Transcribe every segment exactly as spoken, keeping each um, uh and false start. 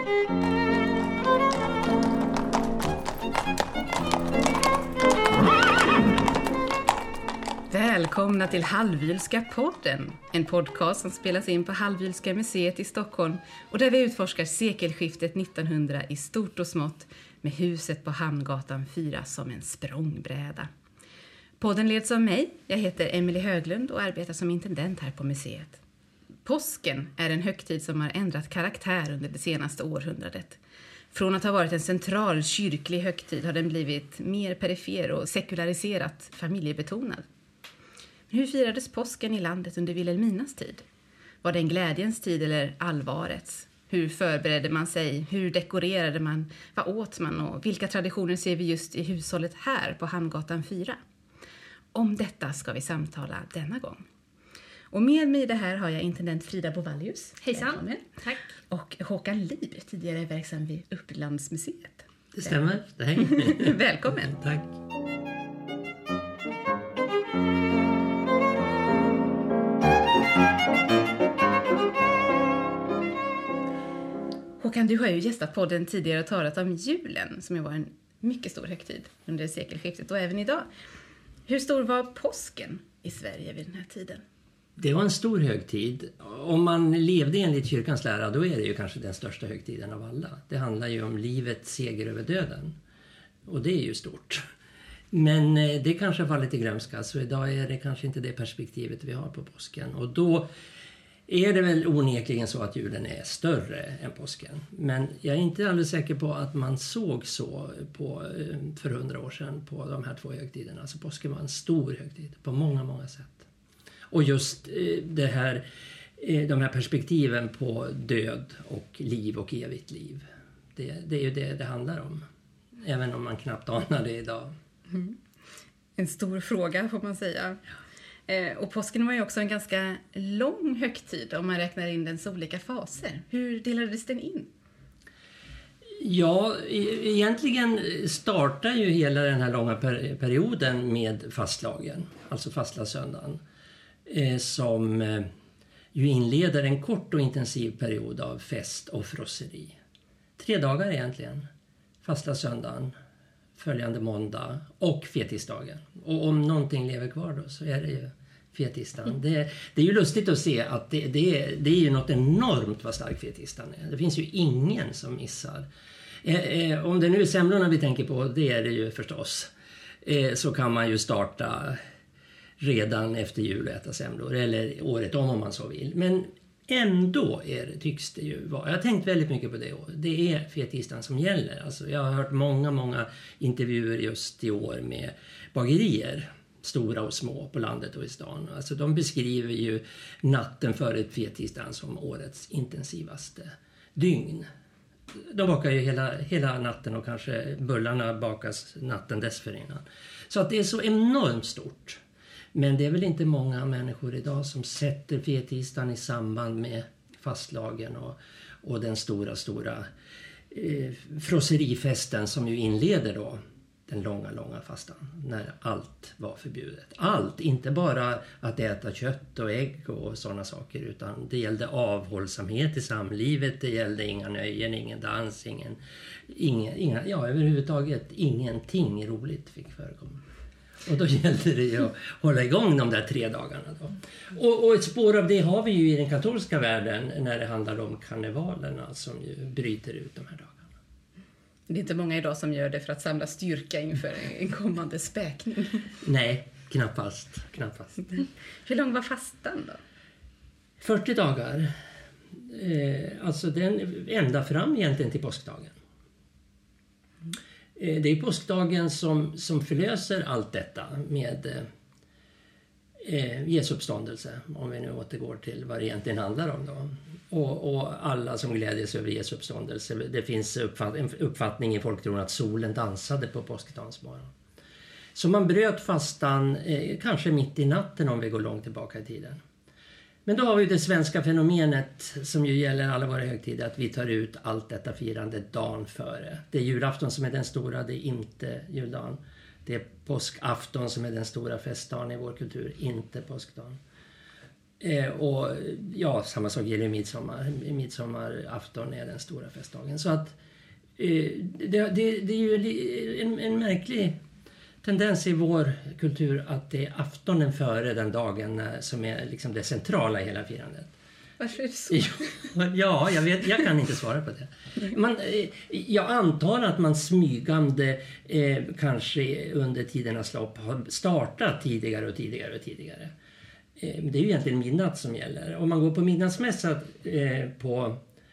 Välkomna till Hallwylska podden, en podcast som spelas in på Hallwylska museet i Stockholm och där vi utforskar sekelskiftet nittonhundra i stort och smått med huset på Hamngatan fyra som en språngbräda. Podden leds av mig, jag heter Emelie Höglund och arbetar som intendent här på museet. Påsken är en högtid som har ändrat karaktär under det senaste århundradet. Från att ha varit en central kyrklig högtid har den blivit mer perifer och sekulariserat familjebetonad. Hur firades påsken i landet under Vilhelminas tid? Var det en glädjens tid eller allvarets? Hur förberedde man sig? Hur dekorerade man? Vad åt man? Och vilka traditioner ser vi just i hushållet här på Hamngatan fyra? Om detta ska vi samtala denna gång. Och med mig i det här har jag intendent Frida Bovallius. Hejsan. Välkommen. Tack. Och Håkan Lieb, tidigare verksam vid Upplandsmuseet. Det stämmer. Hej. Välkommen. Tack. Håkan, du har ju gästat podden tidigare och talat om julen som ju var en mycket stor högtid under sekelskiftet och även idag. Hur stor var påsken i Sverige vid den här tiden? Det var en stor högtid. Om man levde enligt kyrkans lära, då är det ju kanske den största högtiden av alla. Det handlar ju om livets seger över döden. Och det är ju stort. Men det kanske har fallit i glömska, så idag är det kanske inte det perspektivet vi har på påsken. Och då är det väl onekligen så att julen är större än påsken. Men jag är inte alldeles säker på att man såg så på, för hundra år sedan på de här två högtiderna. Alltså påsken var en stor högtid på många, många sätt. Och just det här, de här perspektiven på död och liv och evigt liv. Det, det är ju det det handlar om. Även om man knappt anar det idag. Mm. En stor fråga får man säga. Och påsken var ju också en ganska lång högtid om man räknar in dens olika faser. Hur delades den in? Ja, egentligen startar ju hela den här långa per- perioden med fastlagen, alltså fastlagssöndagen, eh, som eh, ju inleder en kort och intensiv period av fest och frosseri. Tre dagar egentligen. Fastlagssöndagen, följande måndag och fetisdagen. Och om någonting lever kvar då så är det ju fetisdagen. Mm. Det, det är ju lustigt att se att det, det, det är ju något enormt vad stark fetisdagen är. Det finns ju ingen som missar. Eh, eh, om det nu är semlorna vi tänker på, det är det ju förstås. Eh, så kan man ju starta redan efter jul och äta semlor. Eller året om om man så vill. Men ändå är det, tycks det ju vara. Jag har tänkt väldigt mycket på det. Det är fetisdagen som gäller. Alltså jag har hört många, många intervjuer just i år med bagerier. Stora och små på landet och i stan. Alltså de beskriver ju natten före fetisdagen som årets intensivaste dygn. De bakar ju hela, hela natten och kanske bullarna bakas natten dessförinnan. Så att det är så enormt stort. Men det är väl inte många människor idag som sätter fetisdagen i samband med fastlagen och, och den stora, stora eh, frosserifesten som ju inleder då den långa, långa fastan. När allt var förbjudet. Allt, inte bara att äta kött och ägg och sådana saker. Utan det gällde avhållsamhet i samlivet. Det gällde inga nöjen, ingen dans, ingen, ingen, inga, ja överhuvudtaget ingenting roligt fick förekomma. Och då gällde det ju att hålla igång de där tre dagarna då. Och, och ett spår av det har vi ju i den katolska världen när det handlar om karnevalerna som ju bryter ut de här dagarna. Det är inte många idag som gör det för att samla styrka inför en kommande späkning. Nej, knappast. knappast. Hur lång var fastan då? fyrtio dagar. Eh, alltså den ända fram egentligen till påskdagen. Eh, det är påskdagen som, som förlöser allt detta med eh, Jesu uppståndelse. Om vi nu återgår till vad det egentligen handlar om då. Och, och alla som glädjes över Jesu uppståndelse. Det finns uppfatt, en uppfattning i folktron att solen dansade på påskdagens morgon. Så man bröt fastan eh, kanske mitt i natten om vi går långt tillbaka i tiden. Men då har vi det svenska fenomenet som ju gäller alla våra högtider, att vi tar ut allt detta firande dagen före. Det är julafton som är den stora, det är inte juldagen. Det är påskafton som är den stora festdagen i vår kultur, inte påskdagen. Eh, och ja, samma sak gäller midsommar. Midsommarafton är den stora festdagen. Så att eh, det, det, det är ju en, en märklig tendens i vår kultur att det är aftonen före den dagen som är liksom det centrala i hela firandet. Varför är det så? Ja, jag, vet, jag kan inte svara på det. Man, jag antar att man smygande eh, kanske under tidernas lopp har startat tidigare och tidigare och tidigare. Eh, det är ju egentligen midnatt som gäller. Om man går på midnattsmässa eh, på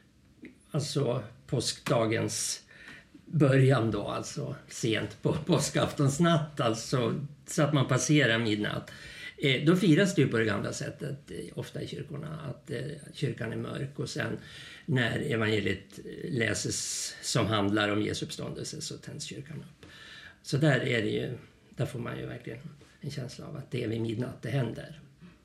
alltså påskdagens början då, alltså sent på påskaftonsnatt, alltså så att man passerar midnatt. Eh, då firas det ju på det gamla sättet, eh, ofta i kyrkorna, att eh, kyrkan är mörk och sen när evangeliet läses som handlar om Jesu uppståndelse så tänds kyrkan upp. Så där är det ju, där får man ju verkligen en känsla av att det är vid midnatt det händer.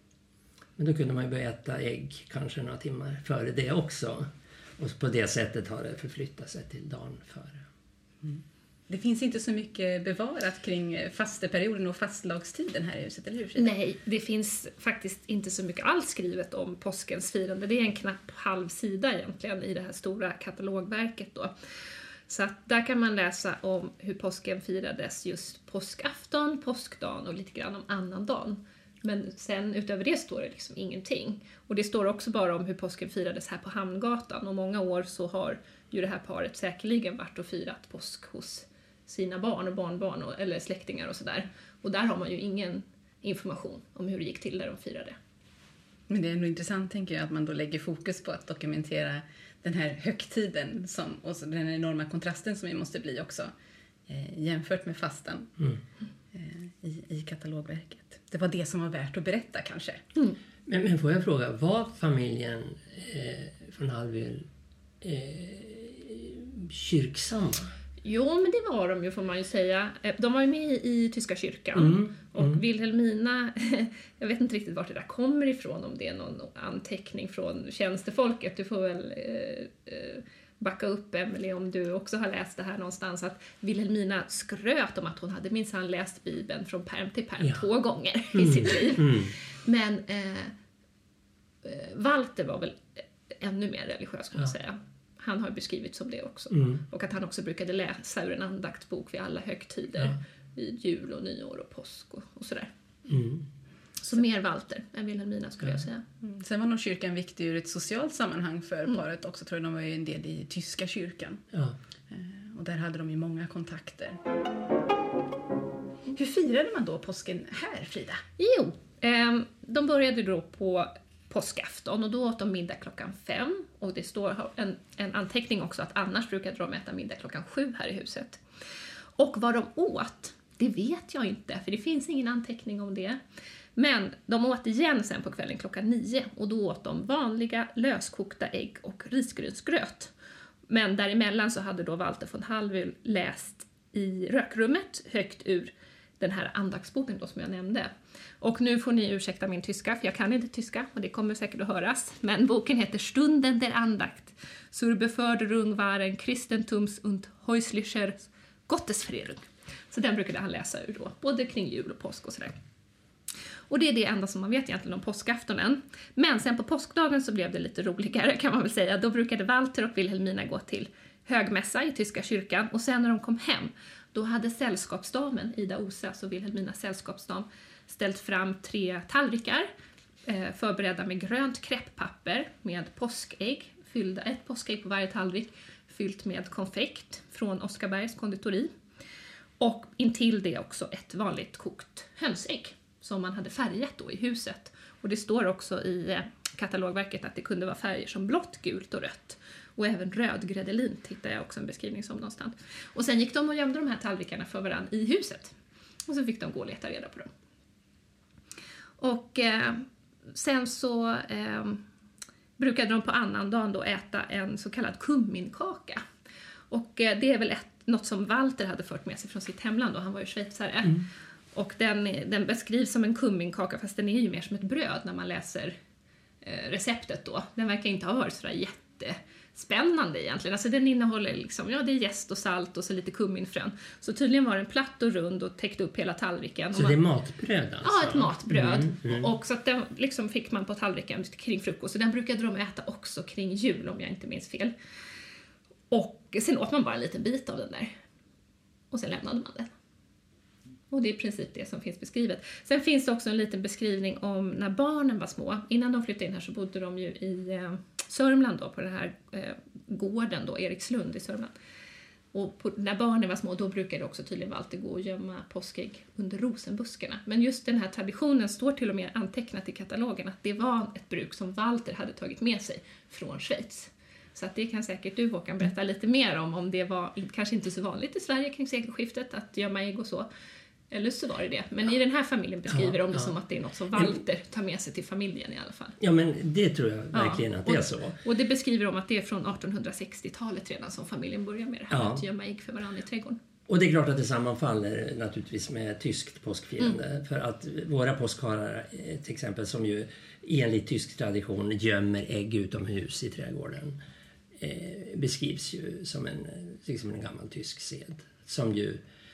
Men då kunde man ju börja äta ägg kanske några timmar före det också. Och på det sättet har det förflyttat sig till dagen före. Mm. Det finns inte så mycket bevarat kring fasteperioden och fastlagstiden här i huset, eller hur? Frida? Nej, det finns faktiskt inte så mycket alls skrivet om påskens firande. Det är en knapp halv sida egentligen i det här stora katalogverket då. Så att där kan man läsa om hur påsken firades just påskafton, påskdagen och lite grann om annandagen. Men sen utöver det står det liksom ingenting. Och det står också bara om hur påsken firades här på Hamngatan. Och många år så har ju det här paret säkerligen varit och firat påsk hos sina barn och barnbarn och, eller släktingar och sådär. Och där har man ju ingen information om hur det gick till där de firade. Men det är ändå intressant, tänker jag, att man då lägger fokus på att dokumentera den här högtiden som, och så den enorma kontrasten som vi måste bli också eh, jämfört med fastan mm. eh, i, i katalogverket. Det var det som var värt att berätta kanske. Mm. Men, men får jag fråga, var familjen eh, från Hallwyl eh, kyrksamma? Jo, men det var de ju, får man ju säga. De var ju med i tyska kyrkan. Mm, och mm. Wilhelmina, jag vet inte riktigt vart det där kommer ifrån, om det är någon anteckning från tjänstefolket. Du får väl eh, eh, backa upp, Emily, om du också har läst det här någonstans. Att Wilhelmina skröt om att hon hade minsann läst Bibeln från perm till perm ja. två gånger mm. i sitt liv. Mm. Men eh, Walter var väl ännu mer religiös, kan man ja. säga. Han har beskrivit som det också. Mm. Och att han också brukade läsa ur en andaktsbok vid alla högtider. Ja. Vid jul och nyår och påsk och, och sådär. Mm. Så mer Walter än Wilhelmina, skulle ja. jag säga. Mm. Sen var nog kyrkan viktig ur ett socialt sammanhang för mm. paret också. Tror jag de var ju en del i tyska kyrkan. Ja. Och där hade de ju många kontakter. Hur firade man då påsken här, Frida? Jo, eh, de började då på påskafton och då åt de middag klockan fem. Och det står en, en anteckning också att annars brukade de äta middag klockan sju här i huset. Och vad de åt, det vet jag inte, för det finns ingen anteckning om det. Men de åt igen sen på kvällen klockan nio och då åt de vanliga löskokta ägg och risgrynsgröt. Men däremellan så hade då Walter von Hallwyl läst i rökrummet högt ur den här andaktsboken då som jag nämnde. Och nu får ni ursäkta min tyska, för jag kan inte tyska och det kommer säkert att höras. Men boken heter Stunden der Andakt. Zur Beförderung waren Christentums und häuslicher Gottesfriedung. Så den brukade han läsa ur då, både kring jul och påsk och sådär. Och det är det enda som man vet egentligen om påskaftonen. Men sen på påskdagen så blev det lite roligare, kan man väl säga. Då brukade Walter och Wilhelmina gå till högmässa i tyska kyrkan. Och sen när de kom hem, då hade sällskapsdamen, Ida Osas och Wilhelminas sällskapsdam, ställt fram tre tallrikar eh, förberedda med grönt kräpppapper med påskägg, fyllda, ett påskägg på varje tallrik, fyllt med konfekt från Oskarbergs konditori. Och intill det också ett vanligt kokt hönsägg som man hade färgat då i huset. Och det står också i eh, katalogverket att det kunde vara färger som blått, gult och rött. Och även röd gredelint hittar jag också en beskrivning som någonstans. Och sen gick de och gömde de här tallrikarna för varandra i huset. Och så fick de gå och leta reda på dem. Och eh, sen så eh, brukade de på annan dagen då äta en så kallad kumminkaka. Och eh, det är väl ett, något som Walter hade fört med sig från sitt hemland då. Han var ju schweizare. Mm. Och den, den beskrivs som en kumminkaka, fast den är ju mer som ett bröd när man läser eh, receptet då. Den verkar inte ha varit sådär jätte spännande egentligen. Alltså den innehåller liksom, ja det är jäst och salt och så lite kumminfrön. Så tydligen var den platt och rund och täckte upp hela tallriken. Så man, det är matbröd alltså? Ja, ett matbröd. Mm, mm. Och så att den liksom fick man på tallriken kring frukost. Så den brukade de äta också kring jul om jag inte minns fel. Och sen åt man bara en liten bit av den där. Och sen lämnade man den. Och det är i princip det som finns beskrivet. Sen finns det också en liten beskrivning om när barnen var små. Innan de flyttade in här så bodde de ju i eh, Sörmland då, på den här eh, gården då, Erikslund i Sörmland. Och på, när barnen var små då brukade det också tydligen alltid gå och gömma påskägg under rosenbuskarna. Men just den här traditionen står till och med antecknat i katalogen att det var ett bruk som Walter hade tagit med sig från Schweiz. Så att det kan säkert du, Håkan, berätta lite mer om, om det var kanske inte så vanligt i Sverige kring sekelskiftet att gömma ägg och så. Eller så var det det. Men ja. I den här familjen beskriver ja, de det ja. som att det är något som Walter tar med sig till familjen i alla fall. Ja, men det tror jag verkligen ja. att det är så. Och det beskriver de att det är från artonhundrasextiotalet redan som familjen börjar med det här ja. att gömma ägg för varandra i trädgården. Och det är klart att det sammanfaller naturligtvis med tyskt påskfirande. Mm. För att våra påskharar till exempel som ju enligt tysk tradition gömmer ägg utomhus i trädgården eh, beskrivs ju som en, liksom en gammal tysk sed som ju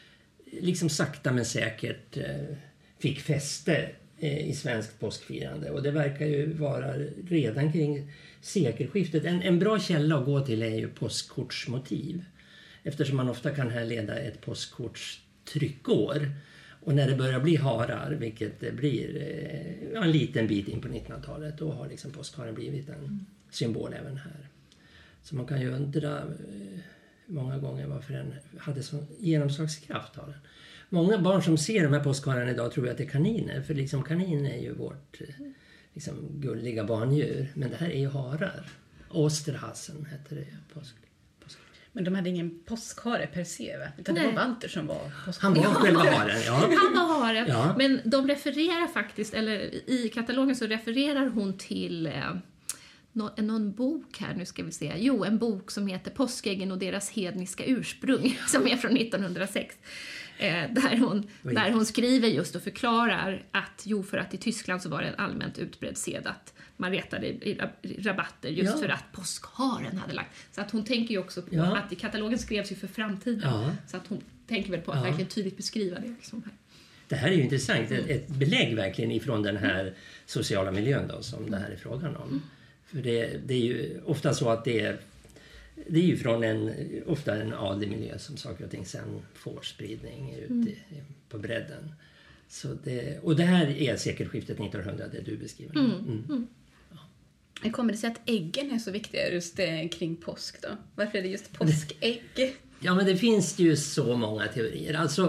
liksom sakta men säkert eh, fick fäste eh, i svenskt påskfirande. Och det verkar ju vara redan kring sekelskiftet. En, en bra källa att gå till är ju påskkortsmotiv. Eftersom man ofta kan härleda ett påskkortstryckår. Och när det börjar bli harar, vilket det blir eh, en liten bit in på nittonhundratalet, då har liksom påskharen blivit en symbol även här. Så man kan ju undra eh, många gånger varför den hade sån genomslagskraft av den. Många barn som ser de här påskhararna idag tror att det är kaniner. För liksom kaniner är ju vårt liksom, gulliga barndjur. Men det här är ju harar. Osterhasen heter det. Påsk, påsk. Men de hade ingen påskhare per se, va? Utan det var Walter som var påskhare. Han var själva haren, ja. Han var haren. Ja. Men de refererar faktiskt, eller i katalogen så refererar hon till Eh, Nå, någon bok här, nu ska vi se. Jo, en bok som heter Påskäggen och deras hedniska ursprung som är från nittonhundrasex. Eh, där, hon, där hon skriver just och förklarar att jo, för att i Tyskland så var det en allmänt utbredd sed att man retade i, i rabatter just ja. för att påskharen hade lagt. Så att hon tänker ju också på ja. att i katalogen skrevs ju för framtiden. Ja. Så att hon tänker väl på att ja. verkligen tydligt beskriva det. Liksom här. Det här är ju intressant. Mm. Ett belägg verkligen ifrån den här sociala miljön då, som det här är frågan om. Mm. För det, det är ju ofta så att det är, det är ju från en, ofta en adlig miljö som saker och ting sen får spridning ut mm. i, på bredden. Så det, och det här är sekelskiftet nittonhundra, det du beskriver. Mm. Mm. Mm. Ja. Hur kommer det sig att äggen är så viktiga just eh, kring påsk då? Varför är det just påskägg? Ja, men det finns ju så många teorier. Alltså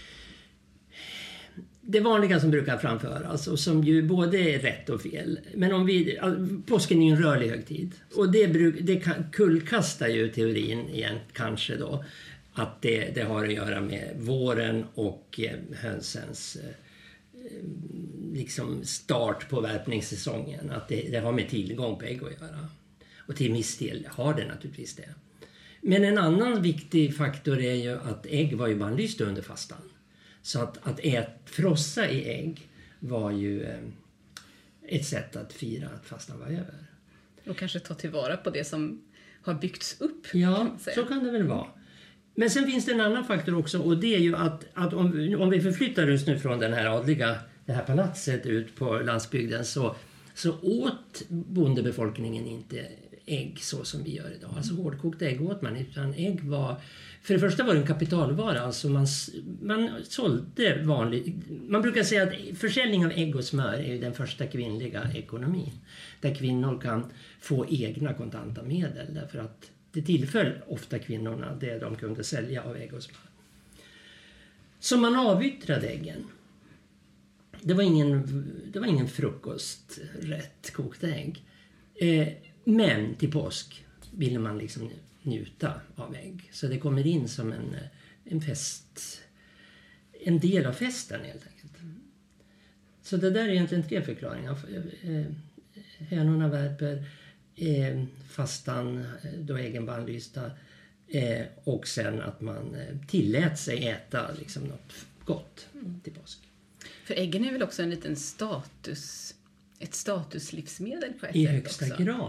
det vanliga som brukar framföras och som ju både är rätt och fel. Men om vi, alltså, påsken är ju en rörlig högtid. Och det, bruk, det kan, kullkastar ju teorin igen kanske då. Att det, det har att göra med våren och eh, hönsens eh, liksom start på värpningssäsongen. Att det, det har med tillgång på ägg att göra. Och till viss del har det naturligtvis det. Men en annan viktig faktor är ju att ägg var ju bannlysta under fastan. Så att, att ät, frossa i ägg var ju eh, ett sätt att fira att fastan var över. Och kanske ta tillvara på det som har byggts upp. Ja, kan så kan det väl vara. Men sen finns det en annan faktor också, och det är ju att, att om, om vi förflyttar oss nu från den här adliga, det här palatset ut på landsbygden, så, så åt bondebefolkningen inte ägg så som vi gör idag. Alltså hårdkokt ägg åt man, utan ägg var, för det första var det en kapitalvara, alltså man, man sålde vanligt, man brukar säga att försäljning av ägg och smör är den första kvinnliga ekonomin, där kvinnor kan få egna kontanta medel, därför att det tillföll ofta kvinnorna det de kunde sälja av ägg och smör. Så man avyttrade äggen. Det var ingen, det var ingen frukosträtt, kokta ägg. Eh, men till påsk ville man liksom njuta av ägg. Så det kommer in som en, en fest, en del av festen helt enkelt. Så det där är egentligen tre förklaringar. Eh, hönorna värper, eh, fastan då äggen bannlysta, eh, och sen att man tillät sig äta liksom något gott till påsk. För äggen är väl också en liten status, ett statuslivsmedel på ett I sätt högsta också. grad.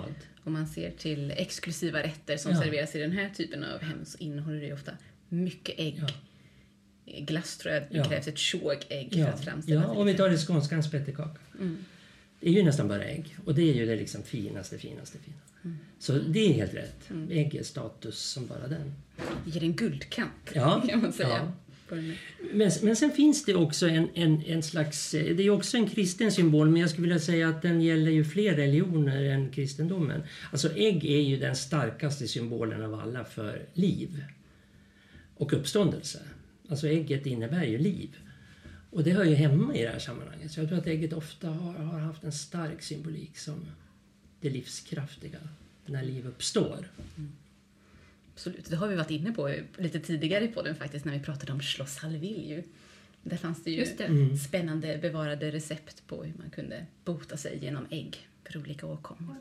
om man ser till exklusiva rätter som Ja. serveras i den här typen av hem, så innehåller det ju ofta mycket ägg. Ja. Glass tror jag det Ja. krävs ett tjogägg Ja, för att framställa. ja, om vi tar det skånska spettekaka. Mm. Det är ju nästan bara ägg. Och det är ju det liksom finaste, finaste, fina. Mm. Så det är helt rätt. Mm. Ägg är status som bara den. Ger en guldkant, Ja, kan man säga. ja. På den här. Men, men sen finns det också en, en, en slags... Det är också en kristen symbol, men jag skulle vilja säga att den gäller ju fler religioner än kristendomen. Alltså ägg är ju den starkaste symbolen av alla för liv och uppståndelse. Alltså ägget innebär ju liv. Och det hör ju hemma i det här sammanhanget. Så jag tror att ägget ofta har, har haft en stark symbolik som det livskraftiga när liv uppstår. Mm. Absolut, det har vi varit inne på lite tidigare i podden faktiskt, när vi pratade om Schloss Hallwyl. Där fanns det ju Just det. Mm. spännande bevarade recept på hur man kunde bota sig genom ägg för olika åkommor.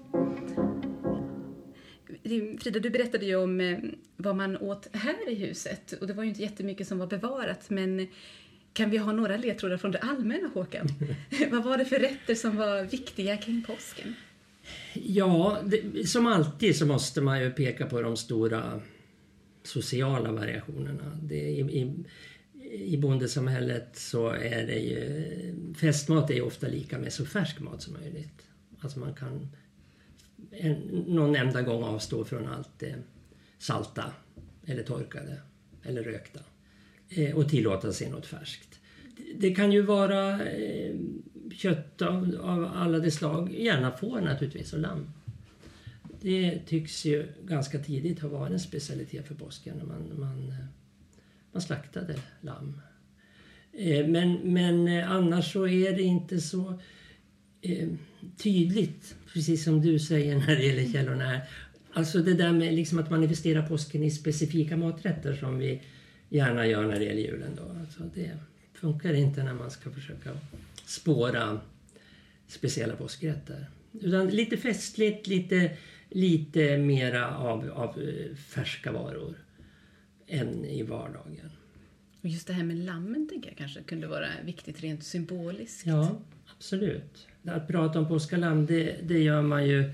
Frida, du berättade ju om eh, vad man åt här i huset, och det var ju inte jättemycket som var bevarat, men kan vi ha några ledtrådar från det allmänna, Håkan? Vad var det för rätter som var viktiga kring påsken? Ja, det, som alltid så måste man ju peka på de stora sociala variationerna. Det, i, i, I bondesamhället så är det ju... Festmat är ju ofta lika med så färsk mat som möjligt. Alltså man kan en, någon enda gång avstå från allt det salta eller torkade eller rökta eh, och tillåta sig något färskt. Det, det kan ju vara eh, kött av, av alla de slag, gärna får naturligtvis, och lamm. Det tycks ju ganska tidigt ha varit en specialitet för påsken när man, man, man slaktade lamm. Eh, men, men eh, annars så är det inte så eh, tydligt, precis som du säger när det gäller källorna här. Alltså det där med liksom att manifestera påsken i specifika maträtter som vi gärna gör när det gäller julen då. Alltså det funkar inte när man ska försöka spåra speciella påskrätter. Utan lite festligt, lite, lite mera av, av färska varor än i vardagen. Och just det här med lammen tänker jag kanske kunde vara viktigt rent symboliskt. Ja, absolut. Att prata om påskalamm, det, det gör man ju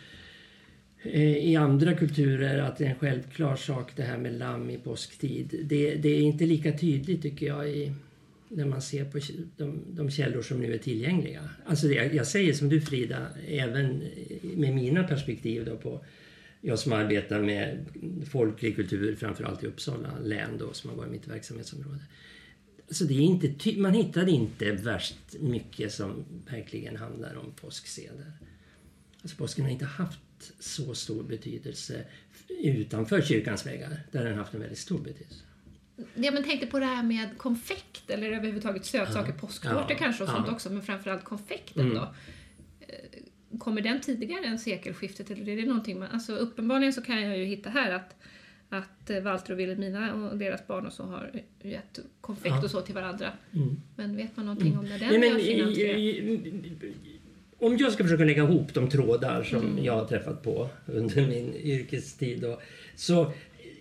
i andra kulturer, att det är en självklar sak det här med lamm i påsktid. Det, det är inte lika tydligt tycker jag i, när man ser på de, de källor som nu är tillgängliga. Alltså det, jag säger som du Frida, även med mina perspektiv då på, jag som arbetar med folklig kultur framförallt i Uppsala län då, som har varit mitt verksamhetsområde. Så det är inte ty- man hittar inte värst mycket som verkligen handlar om påskseder. Alltså påsken har inte haft så stor betydelse utanför kyrkans väggar, där den har haft en väldigt stor betydelse. Ja, men tänkte på det här med konfekt eller överhuvudtaget sötsaker, Ja. påsktårtor Ja. kanske och Ja. sånt också, men framförallt konfekten Mm. då. Kommer den tidigare än sekelskiftet eller är det någonting man, alltså uppenbarligen så kan jag ju hitta här att att Walter och Wilhelmina och deras barn och så har gett konfekt Ja. och så till varandra. Mm. Men vet man någonting om när den Nej, men, gör sin entré? i- i- om jag ska försöka lägga ihop de trådar som Mm. jag har träffat på under min yrkestid då, så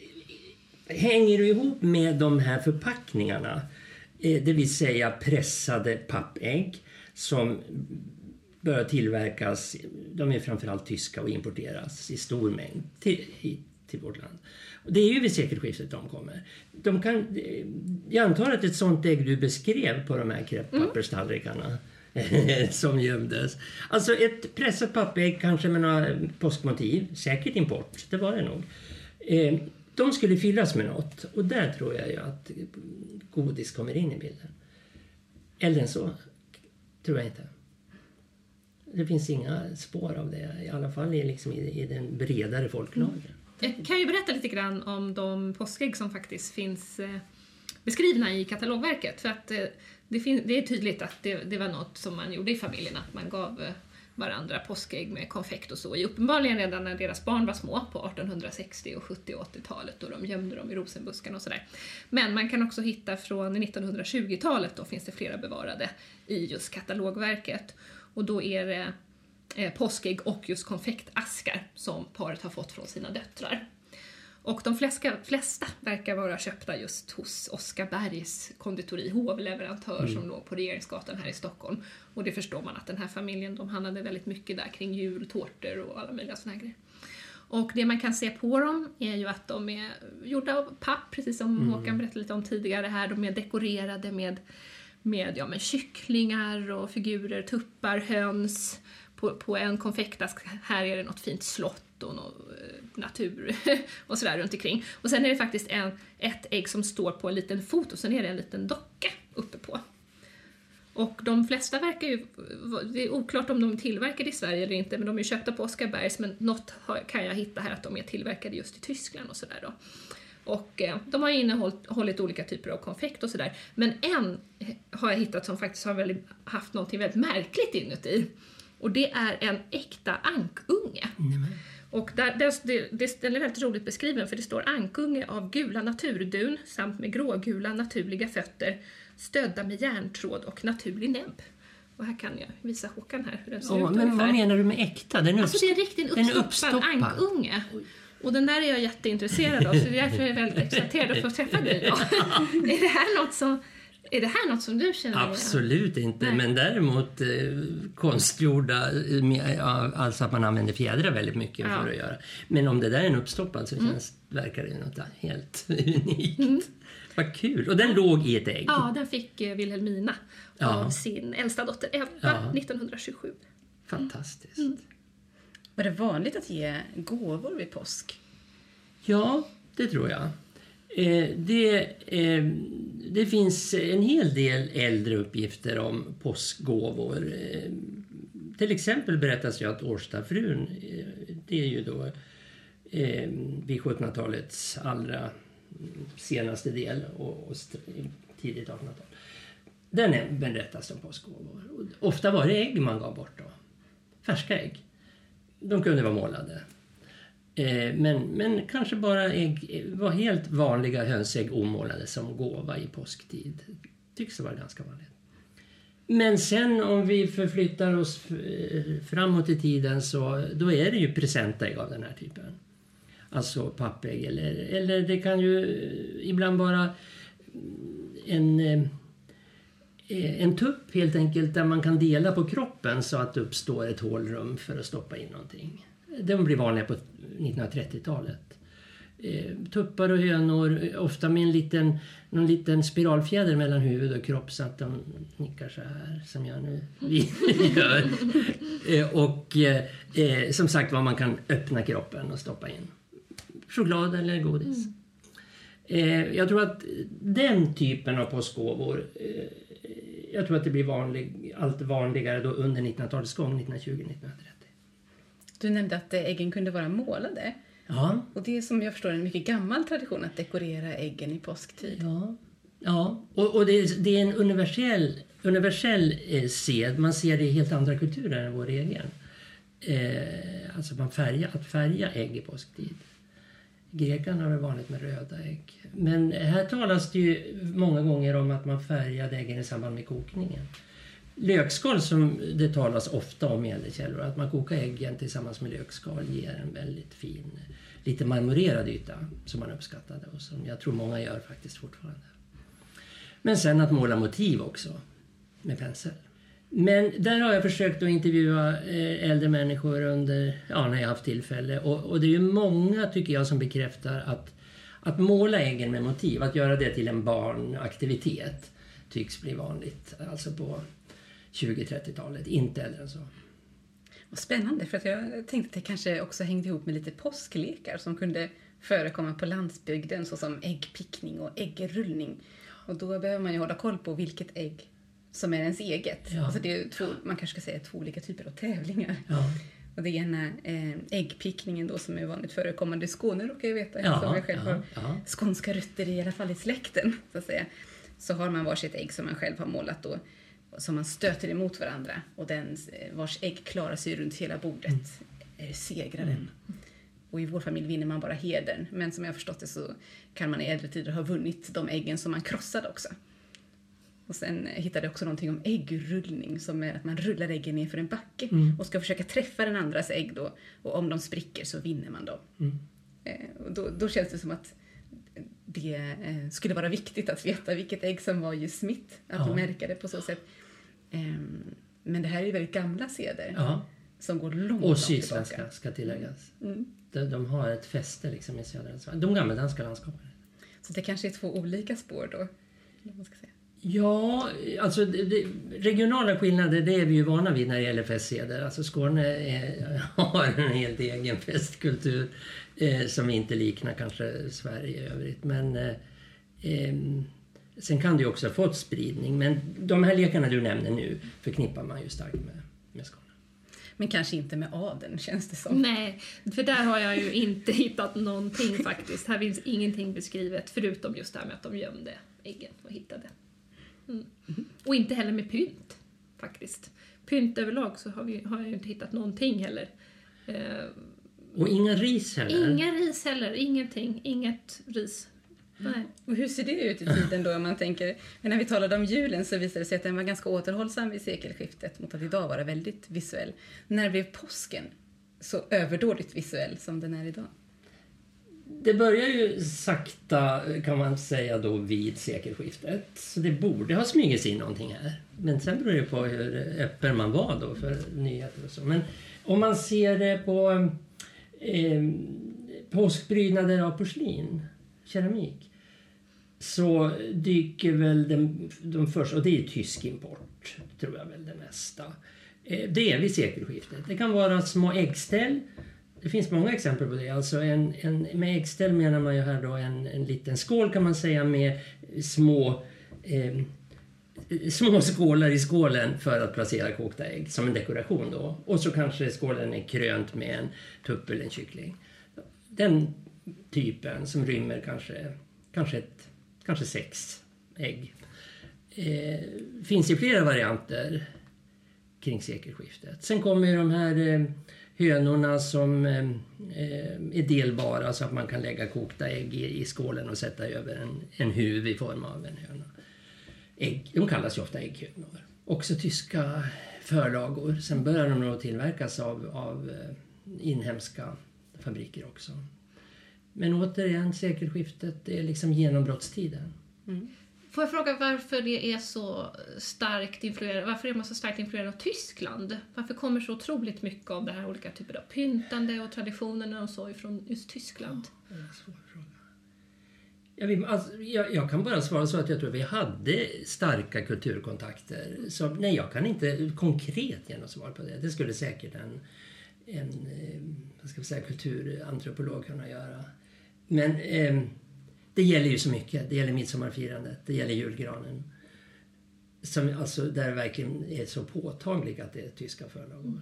hänger det ihop med de här förpackningarna, eh, det vill säga pressade pappägg som börjar tillverkas, de är framförallt tyska och importeras i stor mängd till, hit till vårt land. Och det är ju vid sekelskiftet de kommer. De kan, jag antar att ett sånt ägg du beskrev på de här krepppapperstallrikarna mm. som gömdes. Alltså ett pressat pappägg kanske med några påskmotiv, säkert import, det var det nog. Eh, de skulle fyllas med något och där tror jag ju att godis kommer in i bilden. Eller än så tror jag inte. Det finns inga spår av det, i alla fall i, liksom i, i den bredare folklagen. Jag kan ju berätta lite grann om de påskägg som faktiskt finns eh, beskrivna i katalogverket. För att eh, det, fin- det är tydligt att det, det var något som man gjorde i familjen, att man gav eh, varandra påskägg med konfekt och så. I uppenbarligen redan när deras barn var små på artonhundrasextio-, sjuttio- och åttiotalet då de gömde dem i rosenbuskarna och sådär. Men man kan också hitta från nittonhundratjugotalet, då finns det flera bevarade i just katalogverket. Och då är det eh, påskägg och just konfektaskar som paret har fått från sina döttrar. Och de flesta, flesta verkar vara köpta just hos Oskar Bergs konditori, hovleverantör mm. som låg på Regeringsgatan här i Stockholm. Och det förstår man att den här familjen, de handlade väldigt mycket där kring jul, tårtor och alla möjliga såna här grejer. Och det man kan se på dem är ju att de är gjorda av papp, precis som mm. Håkan berättade lite om tidigare här. De är dekorerade med, med, ja, med kycklingar och figurer, tuppar, höns. På, på en konfektask här är det något fint slott och något, eh, natur och sådär runt omkring. Och sen är det faktiskt en, ett ägg som står på en liten fot och sen är det en liten docka uppe på. Och de flesta verkar ju, det är oklart om de är tillverkade i Sverige eller inte, men de är köpta på Oskar Bergs, men något kan jag hitta här att de är tillverkade just i Tyskland och sådär då. Och eh, de har innehållit olika typer av konfekt och sådär. Men en har jag hittat som faktiskt har väldigt, haft något väldigt märkligt inuti. Och det är en äkta ankunge. Mm. Och där, det, det, den är väldigt roligt beskriven, för det står ankunge av gula naturdun samt med grågula naturliga fötter, stödda med järntråd och naturlig näbb. Och här kan jag visa Håkan här hur den ser oh, ut men ungefär. Vad menar du med äkta? Den är alltså det är riktigt uppstoppad, uppstoppad ankunge. Och den där är jag jätteintresserad av, så därför är jag väldigt exalterad att få träffa dig idag. Är det här något som... Är det här något som du känner? Absolut inte, Nej. Men däremot eh, konstgjorda, eh, alltså att man använder fjädrar väldigt mycket ja. för att göra. Men om det där är en uppstoppad så känns, mm. verkar det något helt unikt. Mm. Vad kul! Och den låg i ett ägg. Ja, den fick eh, Wilhelmina av ja. sin äldsta dotter Eva ja. nittonhundratjugosju. Fantastiskt. Mm. Var det vanligt att ge gåvor vid påsk? Ja, det tror jag. Eh, det, eh, det finns en hel del äldre uppgifter om påskgåvor. Eh, till exempel berättas ju att Årstafrun, eh, det är ju då eh, vid sjuttonhundratalets allra senaste del och, och tidigt artonhundratal. Den är berättas som påskgåvor. Och ofta var det ägg man gav bort då. Färska ägg. De kunde vara målade. Men, men kanske bara ägg, var helt vanliga hönsägg omålade som gåva i påsktid. Tycks det vara ganska vanligt. Men sen om vi förflyttar oss framåt i tiden så då är det ju presentägg av den här typen. Alltså pappägg eller, eller det kan ju ibland vara en, en tupp helt enkelt där man kan dela på kroppen så att det uppstår ett hålrum för att stoppa in någonting. De blir vanliga på nittonhundratrettiotalet. Eh, tuppar och hönor, ofta med en liten, någon liten spiralfjäder mellan huvud och kropp så att de nickar så här som jag nu gör. Eh, och eh, som sagt vad man kan öppna kroppen och stoppa in. Choklad eller godis. Mm. Eh, jag tror att den typen av påskgåvor, eh, jag tror att det blir vanlig, allt vanligare då under nittonhundratalets gång, nittonhundratjugo nittonhundratrettio. Du nämnde att äggen kunde vara målade. Ja. Och det är som jag förstår en mycket gammal tradition att dekorera äggen i påsktid. Ja, ja. Och, och det, är, det är en universell, universell eh, sed. Man ser det i helt andra kulturer än vår egen. Eh, alltså man färga, att färga ägg i påsktid. Grekerna har det vanligt med röda ägg. Men här talas det ju många gånger om att man färgade äggen i samband med kokningen. Lökskal som det talas ofta om i äldre källor, att man kokar äggen tillsammans med lökskal ger en väldigt fin, lite marmorerad yta som man uppskattade och som jag tror många gör faktiskt fortfarande. Men sen att måla motiv också med pensel. Men där har jag försökt att intervjua äldre människor under, ja, när jag har haft tillfälle och, och det är ju många tycker jag som bekräftar att, att måla äggen med motiv, att göra det till en barnaktivitet tycks bli vanligt, alltså på tjugo-trettiotalet, inte äldre än så. Vad spännande, för att jag tänkte att det kanske också hängde ihop med lite påsklekar som kunde förekomma på landsbygden såsom äggpickning och äggrullning. Och då behöver man ju hålla koll på vilket ägg som är ens eget. Ja. Alltså det är två, man kanske ska säga två olika typer av tävlingar. Ja. Och det ena eh, äggpickningen då som är vanligt förekommande i Skåne råkar jag veta. Ja, som jag själv ja, har ja. skånska rötter i alla fall i släkten så att säga. Så har man varsitt ägg som man själv har målat då. Som man stöter emot varandra. Och den vars ägg klarar sig runt hela bordet mm. är segraren. Mm. Och i vår familj vinner man bara hedern. Men som jag har förstått det så kan man i äldre tider ha vunnit de äggen som man krossade också. Och sen hittade jag också någonting om äggrullning. Som är att man rullar äggen ner för en backe. Mm. Och ska försöka träffa den andras ägg då. Och om de spricker så vinner man dem. Mm. Och då, då känns det som att det skulle vara viktigt att veta vilket ägg som var just mitt. Att ja. märka det på så sätt. Men det här är ju väldigt gamla seder. Ja. Som går långt, och sydsvenska ska tilläggas. Mm. De, de har ett fäste liksom i södra Sverige. De gamla danska landskapen. Så det kanske är två olika spår då? Man ska säga. Ja, alltså det, det, regionala skillnader, det är vi ju vana vid när det gäller festseder. Alltså Skåne är, har en helt egen festkultur eh, som inte liknar kanske Sverige i övrigt. Men eh, eh, sen kan det ju också ha fått spridning. Men de här lekarna du nämner nu förknippar man ju starkt med, med Skåne. Men kanske inte med adeln, känns det som. Nej, för där har jag ju inte hittat någonting faktiskt. Här finns ingenting beskrivet förutom just det här med att de gömde äggen och hittade. Mm. Mm. Och inte heller med pynt, faktiskt. Pynt överlag så har, vi, har jag ju inte hittat någonting heller. Eh, och inga ris heller? Inga ris heller, ingenting. Inget ris. Nej. Och hur ser det ut i tiden då om man tänker, men när vi talade om julen så visade det sig att den var ganska återhållsam vid sekelskiftet mot att idag vara väldigt visuell. När blev påsken så överdådigt visuell som den är idag? Det börjar ju sakta kan man säga då vid sekelskiftet. Så det borde ha smugit in någonting här. Men sen beror det på hur öppen man var då för nyheter och så. Men om man ser det på eh, påskprydnader av porslin, keramik, så dyker väl de, de första, och det är tysk import, tror jag väl det mesta. Eh, det är vid sekelskiftet. Det kan vara små äggställ. Det finns många exempel på det. Alltså en, en, med äggställ menar man ju här då en, en liten skål kan man säga med små, eh, små skålar i skålen för att placera kokta ägg som en dekoration då. Och så kanske skålen är krönt med en tupp eller en kyckling. Den typen som rymmer kanske, kanske, ett, kanske sex ägg. Eh, finns i flera varianter kring sekelskiftet. Sen kommer ju de här eh, hönorna som eh, är delbara så att man kan lägga kokta ägg i, i skålen och sätta över en, en huv i form av en höna. Ägg, de kallas ju ofta ägghönor. Också tyska förlagor. Sen börjar de nog tillverkas av, av eh, inhemska fabriker också. Men återigen, sekelskiftet, det är liksom genombrottstiden. Mm. Får jag fråga varför det är så starkt influerat, varför är man så starkt influerad av Tyskland? Varför kommer så otroligt mycket av det här olika typer av pyntande och traditionerna och så ifrån just Tyskland? Ja, det är en svår fråga. Jag, vill, alltså, jag, jag kan bara svara så att jag tror att vi hade starka kulturkontakter. Så, nej, jag kan inte konkret ge något svar på det. Det skulle säkert en, en vad ska jag säga, kulturantropolog kunna göra. Men eh, det gäller ju så mycket. Det gäller midsommarfirandet. Det gäller julgranen. Som, alltså, där det verkligen är så påtagligt att det är tyska förlagor.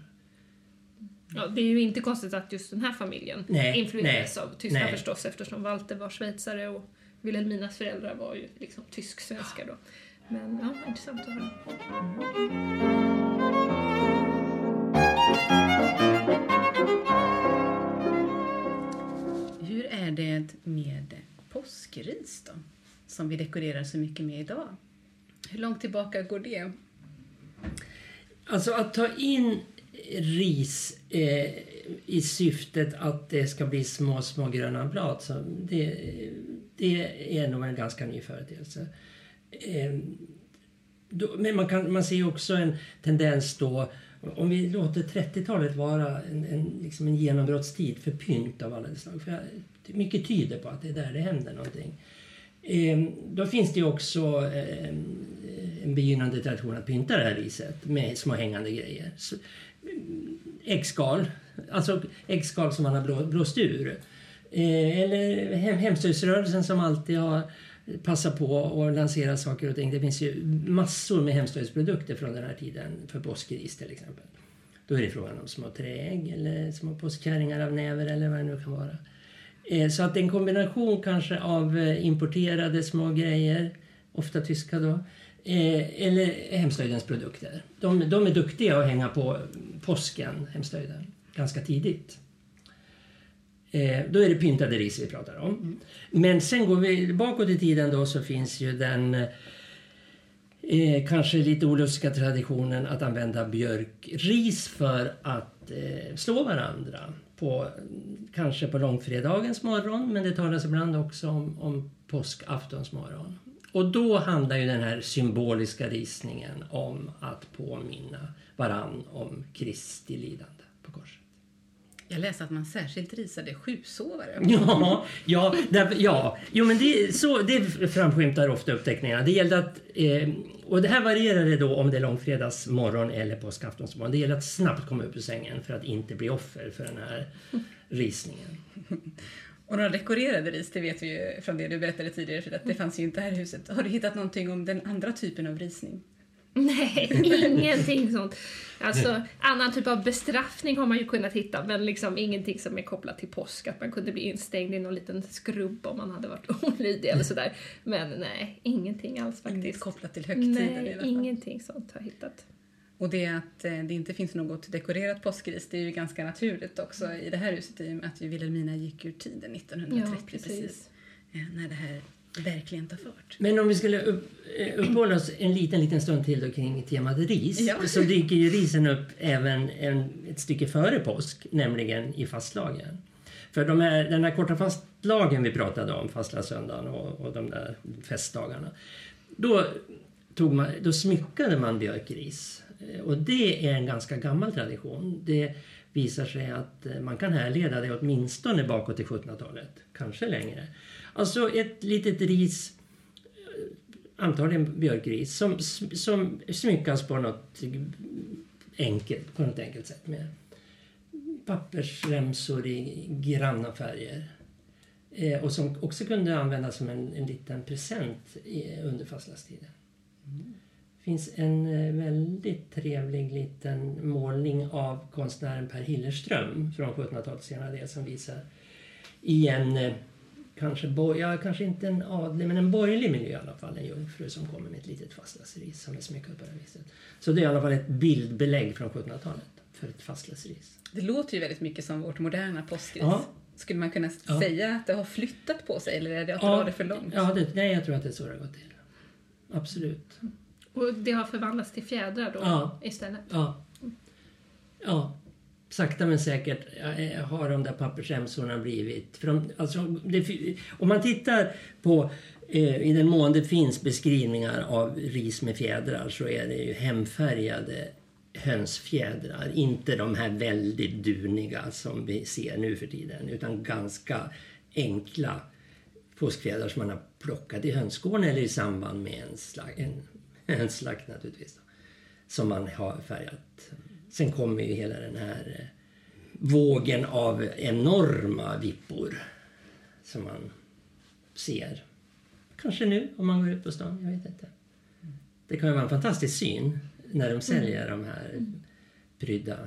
Ja, det är ju inte konstigt att just den här familjen nej, influerades nej, av tyska nej. förstås. Eftersom Walter var schweizare och Wilhelminas föräldrar var ju liksom tysk-svenskar då. Men ja, intressant att höra. Hur är det med påskris då? Som vi dekorerar så mycket med idag. Hur långt tillbaka går det? Alltså att ta in ris eh, i syftet att det ska bli små, små gröna blad. Så det, det är nog en ganska ny företeelse. Eh, då, men man, kan, man ser också en tendens då, om vi låter trettiotalet vara en, en, liksom en genombrottstid för pynt av alla slag. För mycket tyder på att det är där det händer någonting. Eh, då finns det ju också eh, en begynnande tradition att pynta det här riset med små hängande grejer. Så, äggskal, alltså äggskal som man har blå, blåst ur. Eh, eller hem, hemslöjdsrörelsen som alltid har passat på att lansera saker och ting. Det finns ju massor med hemslöjdsprodukter från den här tiden för påskris till exempel. Då är det frågan om små träägg eller små påskkärringar av näver eller vad det nu kan vara. Eh, så att en kombination kanske av importerade små grejer, ofta tyska då, Eh, eller hemslöjdens produkter. De, de är duktiga att hänga på påsken, hemslöjden, ganska tidigt. Eh, då är det pyntade ris vi pratar om. Mm. Men sen går vi bakåt i tiden då, så finns ju den eh, kanske lite olustiga traditionen att använda björkris för att eh, slå varandra. på, kanske på långfredagens morgon, men det talas ibland också om, om påskaftons morgon. Och då handlar ju den här symboliska risningen om att påminna varann om Kristi lidande på korset. Jag läste att man särskilt risade sjusovare. Ja, ja, där, ja. Jo, men det, så, det framskymtar ofta uppteckningarna. Det gällde att, eh, och det här varierade då om det är långfredags morgon eller påskaftons morgon. Det gällde att snabbt komma upp ur sängen för att inte bli offer för den här risningen. Och några dekorerade ris, det vet vi ju från det du berättade tidigare, för att det fanns ju inte här i huset. Har du hittat någonting om den andra typen av risning? Nej, ingenting sånt. Alltså, annan typ av bestraffning har man ju kunnat hitta, men liksom ingenting som är kopplat till påsk. Att man kunde bli instängd i någon liten skrubb om man hade varit olydig eller sådär. Men nej, ingenting alls faktiskt. Inget kopplat till högtiden nej, i alla fall. Ingenting sånt har jag hittat. Och det att det inte finns något dekorerat påskris, det är ju ganska naturligt också i det här huset, i och med att Wilhelmina gick ur tiden nittonhundratrettio, ja, precis. precis när det här verkligen tar fart. Men om vi skulle upp, uppehålla oss en liten, liten stund till då kring temat ris, ja. så dyker ju risen upp även en, ett stycke före påsk, nämligen i fastlagen. För de här, den här korta fastlagen vi pratade om, fastlagssöndagen och, och de där festdagarna, då, tog man, då smyckade man björkris. Och det är en ganska gammal tradition. Det visar sig att man kan härleda det åtminstone bakåt till sjuttonhundratalet, kanske längre. Alltså ett litet ris, antagligen björkris, som, som smyckas på något enkelt, på något enkelt sätt med pappersremsor i granna färger. Eh, och som också kunde användas som en, en liten present i, under fastlagstiden. Mm. Det finns en väldigt trevlig liten målning av konstnären Per Hillerström från sjuttonhundratalets senare del som visar i en kanske, ja, kanske inte en adlig, men en borgerlig miljö i alla fall, en jungfru som kommer med ett litet fastlagsris som är smyckat på det viset. Så det är i alla fall ett bildbelägg från sjuttonhundratalet för ett fastlagsris. Det låter ju väldigt mycket som vårt moderna påskris. Ja. Skulle man kunna ja. säga att det har flyttat på sig, eller är det att ja. dra det för långt? Ja, det, nej, jag tror att det är så det har gått till. Absolut. Och det har förvandlats till fjädrar då ja. istället? Ja. Ja. Sakta men säkert har de där pappersremsorna blivit. För de, alltså, det, om man tittar på eh, i den mån det finns beskrivningar av ris med fjädrar, så är det ju hemfärgade hönsfjädrar. Inte de här väldigt duniga som vi ser nu för tiden, utan ganska enkla påskfjädrar som man har plockat i hönsgården eller i samband med en, slag, en, en slakt naturligtvis. Då, som man har färgat. Sen kommer ju hela den här vågen av enorma vippor som man ser. Kanske nu om man går ut på stan, jag vet inte. Det kan ju vara en fantastisk syn när de säljer mm. de här prydda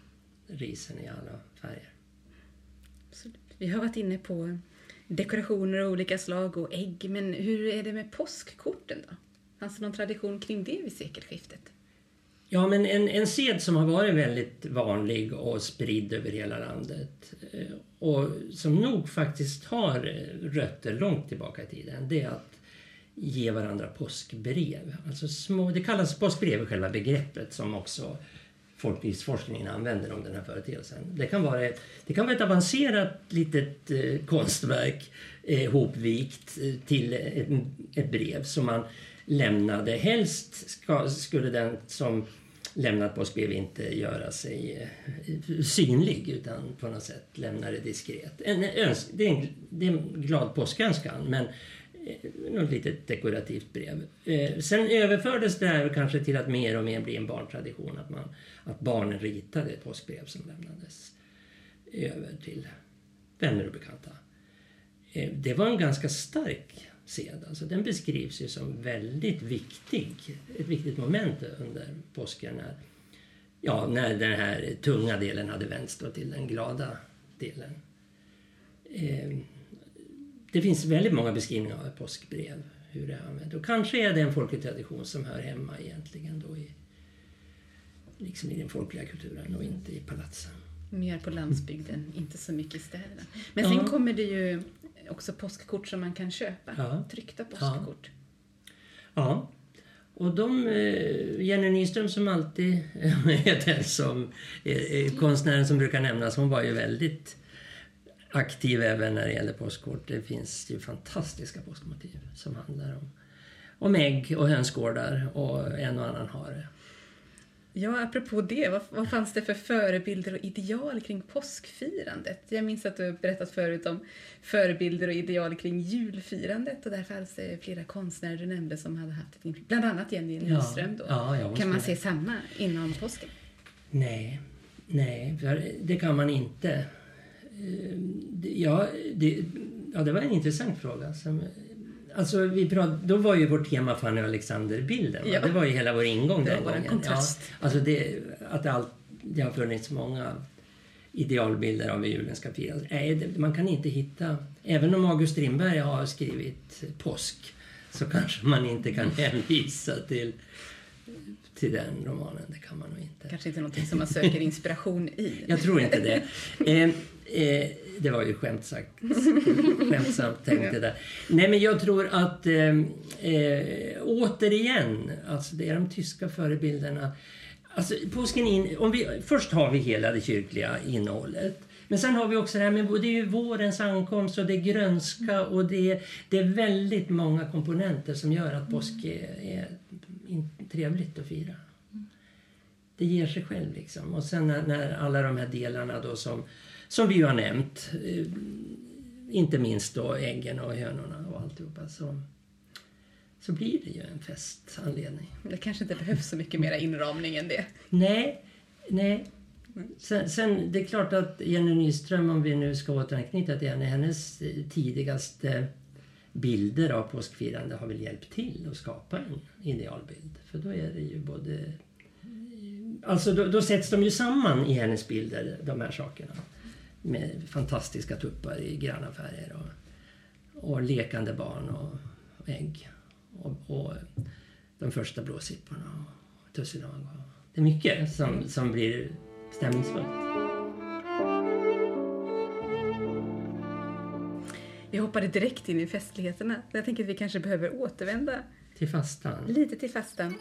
risen i alla färger. Absolut. Vi har varit inne på dekorationer av olika slag och ägg, men hur är det med påskkorten då? Fanns det någon tradition kring det vid sekelskiftet? Ja, men en, en sed som har varit väldigt vanlig och spridd över hela landet och som nog faktiskt har rötter långt tillbaka i tiden, det är att ge varandra påskbrev. Alltså små, det kallas påskbrev, själva begreppet som också folklivsforskningen använder om den här företeelsen. Det kan vara, det kan vara ett avancerat litet eh, konstverk eh, hopvikt till ett, ett brev som man lämnade. Helst ska, skulle den som lämnat påskbrev inte göra sig eh, synlig, utan på något sätt lämna det diskret. En öns- det, är en, det är en glad påskönskan, men eh, något litet dekorativt brev. Eh, sen överfördes det här kanske till att mer och mer bli en barntradition, att, man, att barnen ritade ett påskbrev som lämnades över till vänner och bekanta. Eh, det var en ganska stark sed. Alltså, den beskrivs ju som väldigt viktig, ett viktigt moment under påsken när, ja, när den här tunga delen hade vänts då till den glada delen. Eh, det finns väldigt många beskrivningar av påskbrev, hur det används. Och kanske är det en folklig tradition som hör hemma egentligen då i, liksom i den folkliga kulturen och inte i palatsen. Mer på landsbygden, inte så mycket i städerna. Men sen ja. kommer det ju också påskkort som man kan köpa. Ja. Tryckta påskkort. Ja. ja. Och de, Jenny Nyström som alltid är den som är konstnären som brukar nämnas, hon var ju väldigt aktiv även när det gäller påskkort. Det finns ju fantastiska påskmotiv som handlar om, om ägg och hönsgårdar och en och annan hare. Ja, apropå det, vad, vad fanns det för förebilder och ideal kring påskfirandet? Jag minns att du berättat förut om förebilder och ideal kring julfirandet, och därför fanns det flera konstnärer du nämnde som hade haft ett inflytande. Bland annat Jenny Nyström då. Ja, ja, kan man se samma inom påsken? Nej, nej, det kan man inte. Ja, det, ja, det var en intressant fråga. Som, alltså, vi pratade, då var ju vårt tema Fanny och Alexander-bilden. Ja. Det var ju hela vår ingång den gången. Kontrast. Ja, alltså det, att det, all, det har funnits många idealbilder av hur julen ska firas. Nej, det, man kan inte hitta... Även om August Strindberg har skrivit påsk, så kanske man inte kan hänvisa till... till den romanen, det kan man nog inte. Kanske inte någonting som man söker inspiration i. Jag tror inte det. Eh, eh, det var ju skämt sagt. Skämtsamt tänkte där. Nej, men jag tror att eh, eh, återigen, alltså det är de tyska förebilderna. Alltså påsken in, om vi, först har vi hela det kyrkliga innehållet. Men sen har vi också det här med, det är ju vårens ankomst och det är grönska och det är, det är väldigt många komponenter som gör att påsk är, är trevligt att fira. Det ger sig själv liksom. Och sen när, när alla de här delarna då som, som vi ju har nämnt, eh, inte minst då äggen och hönorna och alltihopa, så, så blir det ju en festanledning. Det kanske inte behövs så mycket mer inramning än det. Nej, nej. Sen, sen det är klart att Jenny Nyström, om vi nu ska återanknyta till henne, hennes tidigaste bilder av påskfirande har väl hjälpt till att skapa en idealbild. För då är det ju både... Alltså då, då sätts de ju samman i hennes bilder, de här sakerna. Med fantastiska tuppar i gröna färger och, och lekande barn och, och ägg. Och, och de första blåsipporna och tussidag. Det är mycket som, som blir stämningsfullt. Vi hoppade direkt in i festligheterna. Jag tänker att vi kanske behöver återvända till fastan. Lite till fastan.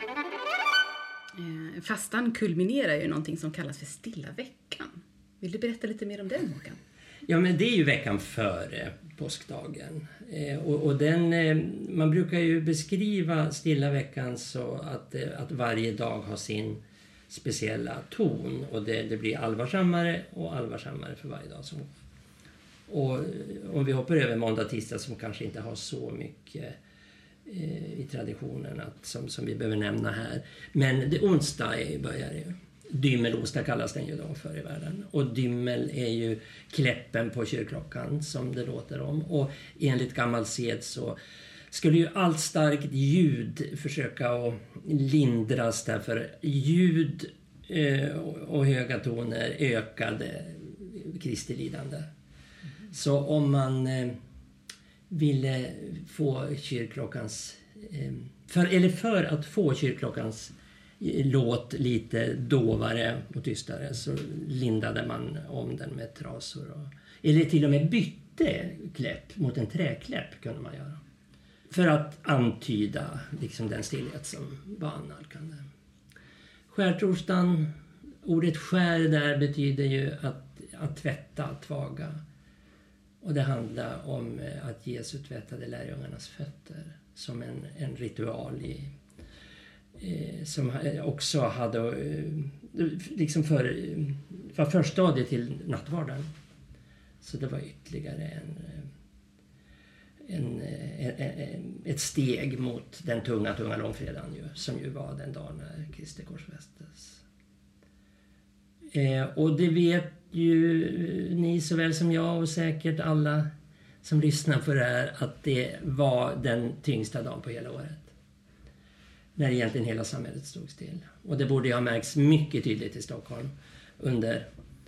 Fastan kulminerar ju någonting som kallas för stilla veckan. Vill du berätta lite mer om den, Håkan? Ja, men det är ju veckan före påskdagen. Eh, och, och den, eh, man brukar ju beskriva stilla veckan så att, eh, att varje dag har sin speciella ton. Och det, det blir allvarsammare och allvarsammare för varje dag som går. Och om vi hoppar över måndag tisdag som kanske inte har så mycket eh, i traditionen att, som, som vi behöver nämna här. Men det onsdag är, börjar ju. Dymmelonsdag kallas den ju då för i världen. Och dymmel är ju kläppen på kyrkklockan som det låter om. Och enligt gammal sed så skulle ju allt starkt ljud försöka att lindras därför ljud eh, och höga toner ökade Kristi lidande. Så om man eh, ville få kyrkklockans eh, för, eller för att få kyrkklockans eh, låt lite dovare och tystare så lindade man om den med trasor och, eller till och med bytte kläpp mot en träkläpp kunde man göra för att antyda liksom den stillhet som var annalkande. Skärtorsdagen, ordet skär där betyder ju att, att tvätta, att tvaga. Och det handlar om att Jesus tvättade lärjungarnas fötter som en, en ritual i, eh, som också hade eh, liksom för, var förstadiet till nattvarden. Så det var ytterligare en, en, en, en, ett steg mot den tunga, tunga långfredagen ju, som ju var den dagen när Kristi korsfästes. Eh, och det vet ju ni såväl som jag och säkert alla som lyssnar på det här att det var den tyngsta dagen på hela året. När egentligen hela samhället stod still. Och det borde ju ha märkts mycket tydligt i Stockholm under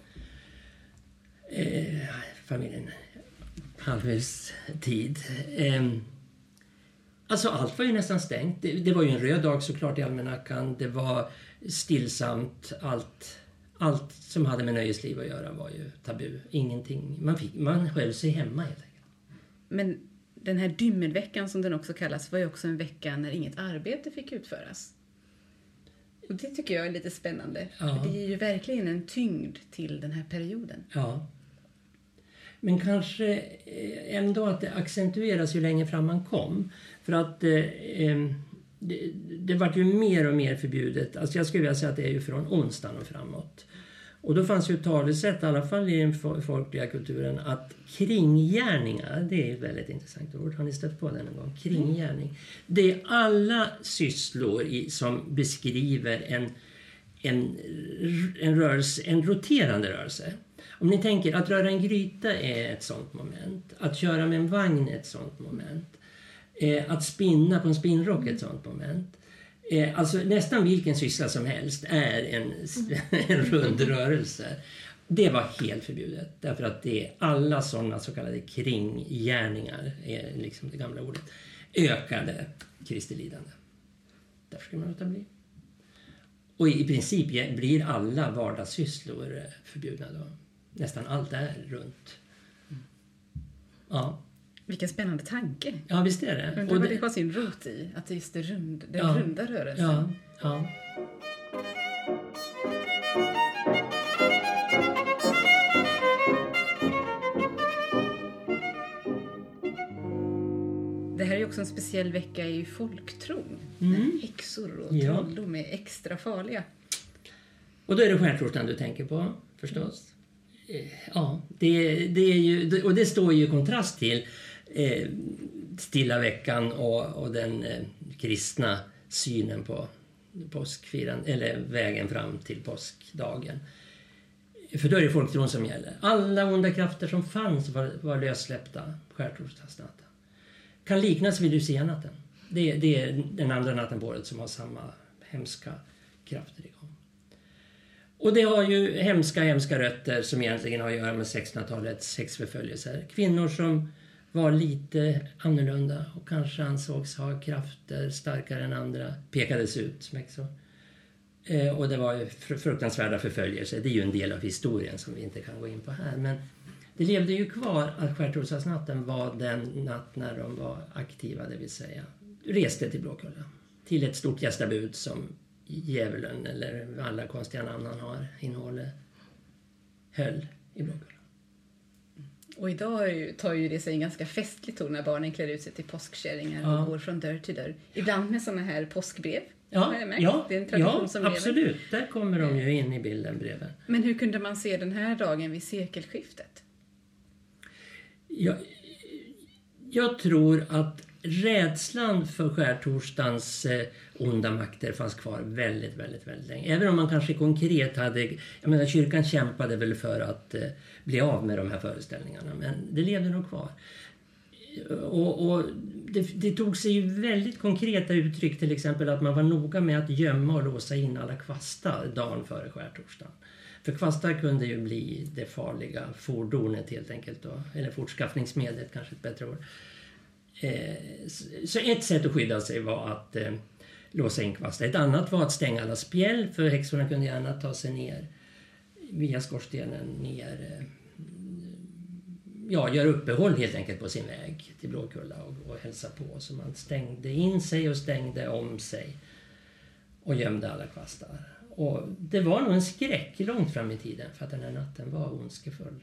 eh, familjen Halvhus tid. Eh, alltså allt var ju nästan stängt. Det, det var ju en röd dag såklart i almanackan. Det var stillsamt. Allt, allt som hade med nöjesliv att göra var ju tabu. Ingenting. Man, fick, man höll sig hemma helt enkelt. Men den här dymmelveckan som den också kallas var ju också en vecka när inget arbete fick utföras. Och det tycker jag är lite spännande. Ja. För det är ju verkligen en tyngd till den här perioden. Ja. Men kanske ändå att det accentueras ju längre fram man kom. För att eh, det, det var ju mer och mer förbjudet. Alltså jag skulle vilja säga att det är ju från onsdagen och framåt. Och då fanns ju talesätt, i alla fall i den folkliga kulturen, att kringgärningar, det är ett väldigt intressant ord. Har ni stött på den en gång? Kringgärning. Det är alla sysslor i, som beskriver en, en, en, rörelse, en roterande rörelse. Om ni tänker att röra en gryta är ett sånt moment. Att köra med en vagn är ett sånt moment. Eh, att spinna på en spinnrock är ett sånt moment. Eh, alltså nästan vilken syssla som helst är en, en rund rörelse. Det var helt förbjudet. Därför att det är alla sådana så kallade kringgärningar, är liksom det gamla ordet, ökade Kristi lidande. Därför ska man låta bli. Och i princip blir alla vardagssysslor förbjudna då. Nästan allt är runt. Ja. Vilken spännande tanke. Ja, visst är det. Men och vad det det har sin rot i, att det är just det rund, den ja, runda rörelsen. Ja, ja. Det här är ju också en speciell vecka i folktron. Mm. När häxor och Ja. trolldom är extra farliga. Och då är det skärtorsdagen du tänker på, förstås. Mm. Ja, det, det är ju, och det står ju i kontrast till eh, stilla veckan och, och den eh, kristna synen på påskfiran, eller vägen fram till påskdagen. För då är det folktron som gäller. Alla onda krafter som fanns var, var lössläppta skärtorsdagsnatten. Kan liknas vid Lucia-natten. Det, det är den andra natten på året som har samma hemska krafter igång. Och det har ju hemska, hemska rötter som egentligen har att göra med sextonhundratalets sexförföljelser. Kvinnor som var lite annorlunda och kanske ansågs ha krafter starkare än andra pekades ut som så. Eh, och det var ju fruktansvärda förföljelser. Det är ju en del av historien som vi inte kan gå in på här. Men det levde ju kvar att skärtorsdagsnatten var den natt när de var aktiva, det vill säga reste till Blåkulla. Till ett stort gästabud som djävulen eller alla konstiga namn han har innehåller höll i Blåkulla. Och idag är ju, tar ju det sig en ganska festlig ton när barnen klär ut sig till påskkärringar Ja. och går från dörr till dörr. Ibland med såna här påskbrev. Ja, ja, det är en tradition ja som absolut. lever. Där kommer de ju in i bilden, breven. Men hur kunde man se den här dagen vid sekelskiftet? Jag, jag tror att rädslan för skärtorsdagens eh, onda makter fanns kvar väldigt, väldigt, väldigt länge. Även om man kanske konkret hade... Jag menar, kyrkan kämpade väl för att eh, bli av med de här föreställningarna. Men det levde nog kvar. Och, och det, det tog sig ju väldigt konkreta uttryck. Till exempel att man var noga med att gömma och låsa in alla kvastar dagen före skärtorsdagen. För kvastar kunde ju bli det farliga fordonet helt enkelt då. Eller fortskaffningsmedlet, kanske ett bättre ord. Eh, så ett sätt att skydda sig var att eh, låsa in kvastar. Ett annat var att stänga alla spjäll, för häxorna kunde gärna ta sig ner via skorstenen ner. Eh, ja, göra uppehåll helt enkelt på sin väg till Blåkulla och, och hälsa på. Så man stängde in sig och stängde om sig och gömde alla kvastar. Och det var nog en skräck långt fram i tiden för att den här natten var ondskefull.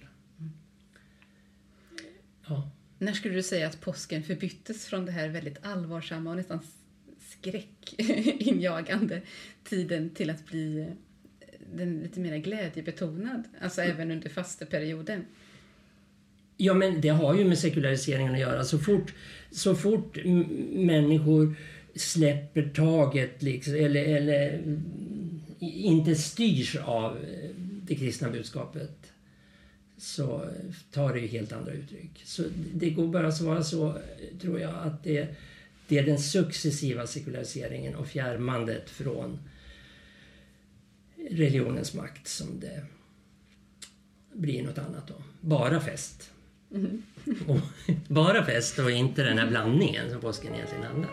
Ja. När skulle du säga att påsken förbyttes från det här väldigt allvarsamma och nästan skräckinjagande tiden till att bli den lite mer glädjebetonad? Alltså mm. även under fasteperioden. Ja, men det har ju med sekulariseringen att göra. Så fort, så fort m- människor släpper taget liksom, eller, eller inte styrs av det kristna budskapet, så tar det ju helt andra uttryck. Så det går bara att vara så, tror jag, att det, det är den successiva sekulariseringen och fjärmandet från religionens makt som det blir något annat då. Bara fest. Mm. Och, bara fest och inte den här blandningen som påsken egentligen handlar.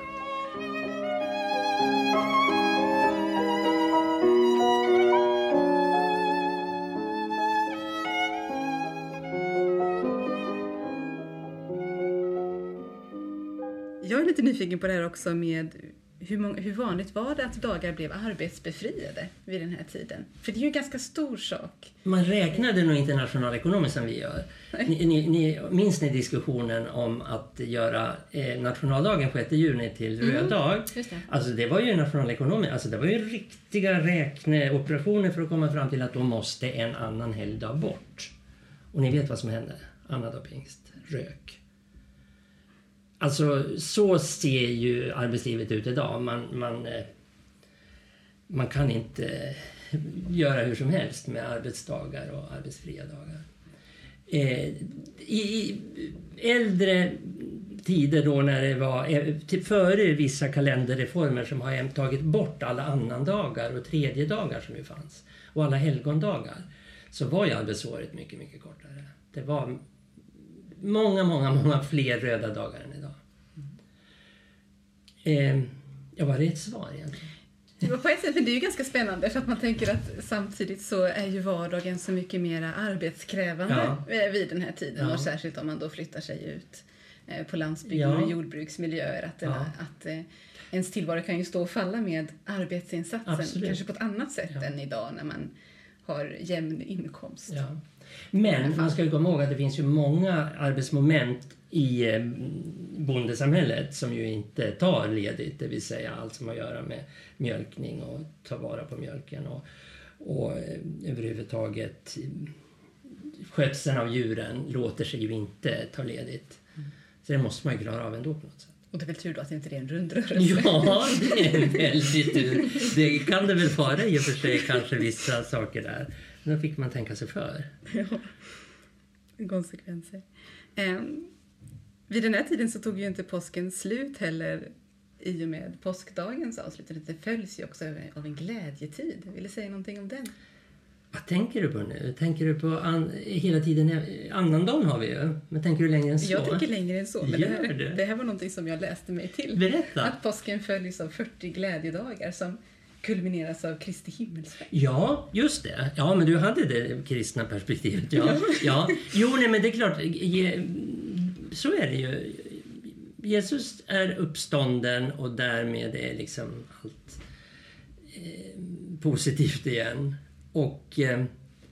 Jag är lite nyfiken på det här också med hur, många, hur vanligt var det att dagar blev arbetsbefriade vid den här tiden? För det är ju en ganska stor sak. Man räknade nog inte nationalekonomiskt som vi gör. Ni, ni, ni, minns ni diskussionen om att göra eh, nationaldagen sjätte juni till röd Mm, dag? just det. Alltså det var ju nationalekonomiskt, alltså det var ju riktiga räkneoperationer för att komma fram till att då måste en annan helgdag bort. Och ni vet vad som hände? Annandag pingst, rök. Alltså så ser ju arbetslivet ut idag. Man, man, man kan inte göra hur som helst med arbetsdagar och arbetsfria dagar. Eh, I äldre tider då när det var till före vissa kalenderreformer som har tagit bort alla annandagar och tredje dagar som ju fanns och alla helgondagar, så var ju arbetsåret mycket, mycket kortare. Det var många, många, många fler röda dagar än idag. Eh, ja, var det ett svar egentligen? Det var på ett sätt, men det är ju ganska spännande för att man tänker att samtidigt så är ju vardagen så mycket mer arbetskrävande ja. vid den här tiden. Ja. Och särskilt om man då flyttar sig ut på landsbygden ja. och jordbruksmiljöer. Att, den, ja. att eh, ens tillvaro kan ju stå och falla med arbetsinsatsen. Absolut. Kanske på ett annat sätt ja. än idag när man har jämn inkomst. Ja. Men man ska ju komma ihåg att det finns ju många arbetsmoment i bondesamhället som ju inte tar ledigt, det vill säga allt som har att göra med mjölkning och ta vara på mjölken och, och överhuvudtaget skötseln av djuren låter sig ju inte ta ledigt. Mm. Så det måste man ju klara av ändå på något sätt. Och det är väl tur då att det inte är en rundrörelse. Ja, det är väldigt tur. Det kan det väl vara i och för sig kanske vissa saker där. Men då fick man tänka sig för. Ja, konsekvenser. Um, vid den här tiden så tog ju inte påsken slut heller i och med påskdagens avslutande. Det följs ju också av en glädjetid. Vill du säga någonting om den? Vad tänker du på nu? Tänker du på an, hela tiden? Annandagen har vi ju. Men tänker du längre än så? Jag tänker längre än så. Men det här, det? det här var någonting som jag läste mig till. Berätta. Att påsken följs av fyrtio glädjedagar som kulmineras av Kristi himmelsfärd. Ja, just det. Ja, men du hade det kristna perspektivet. Ja. Ja. Jo, nej, men det är klart. Så är det ju. Jesus är uppstånden och därmed är liksom allt eh, positivt igen. Och eh,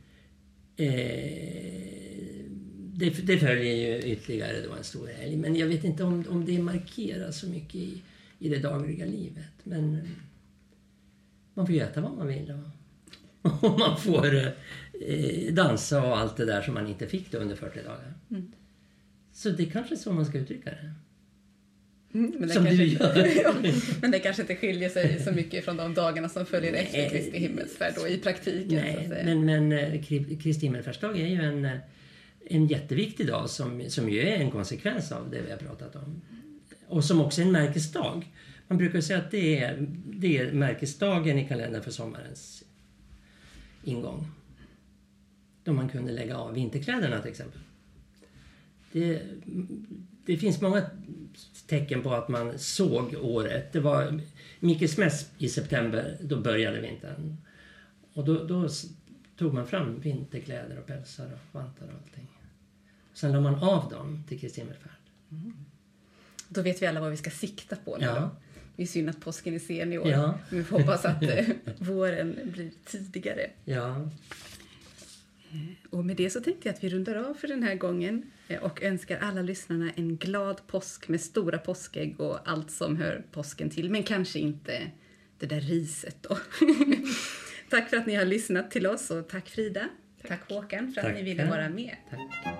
det, det följer ju ytterligare då en stor helg. Men jag vet inte om, om det markeras så mycket i, i det dagliga livet. Men man får äta vad man vill. Och, och man får eh, dansa och allt det där som man inte fick då under fyrtio dagar. Mm. Så det är kanske så man ska uttrycka det. Mm, men, det som kanske, du gör. Ja, men det kanske inte skiljer sig så mycket från de dagarna som följer Nej. efter Kristi himmelsfärd då, i praktiken. Nej, så att säga. men, men Kristi himmelsfärdsdag är ju en, en jätteviktig dag som, som ju är en konsekvens av det vi har pratat om. Och som också är en märkesdag. Man brukar säga att det är, det är märkesdagen i kalendern för sommarens ingång. Då man kunde lägga av vinterkläderna till exempel. Det, det finns många tecken på att man såg året. Det var Mikkels mäss i september, då började vintern. Och då, då tog man fram vinterkläder och pälsar och vantar och allting. Sen la man av dem till Kristi himmelsfärd. Mm. Då vet vi alla vad vi ska sikta på nu. Ja. Det är synd att påsken är sen i år. Ja. Vi får hoppas att eh, våren blir tidigare. Ja. Och med det så tänkte jag att vi rundar av för den här gången och önskar alla lyssnarna en glad påsk med stora påskägg och allt som hör påsken till. Men kanske inte det där riset då. Tack för att ni har lyssnat till oss och tack Frida. Tack, tack Håkan för att tack. ni ville vara med. Tack.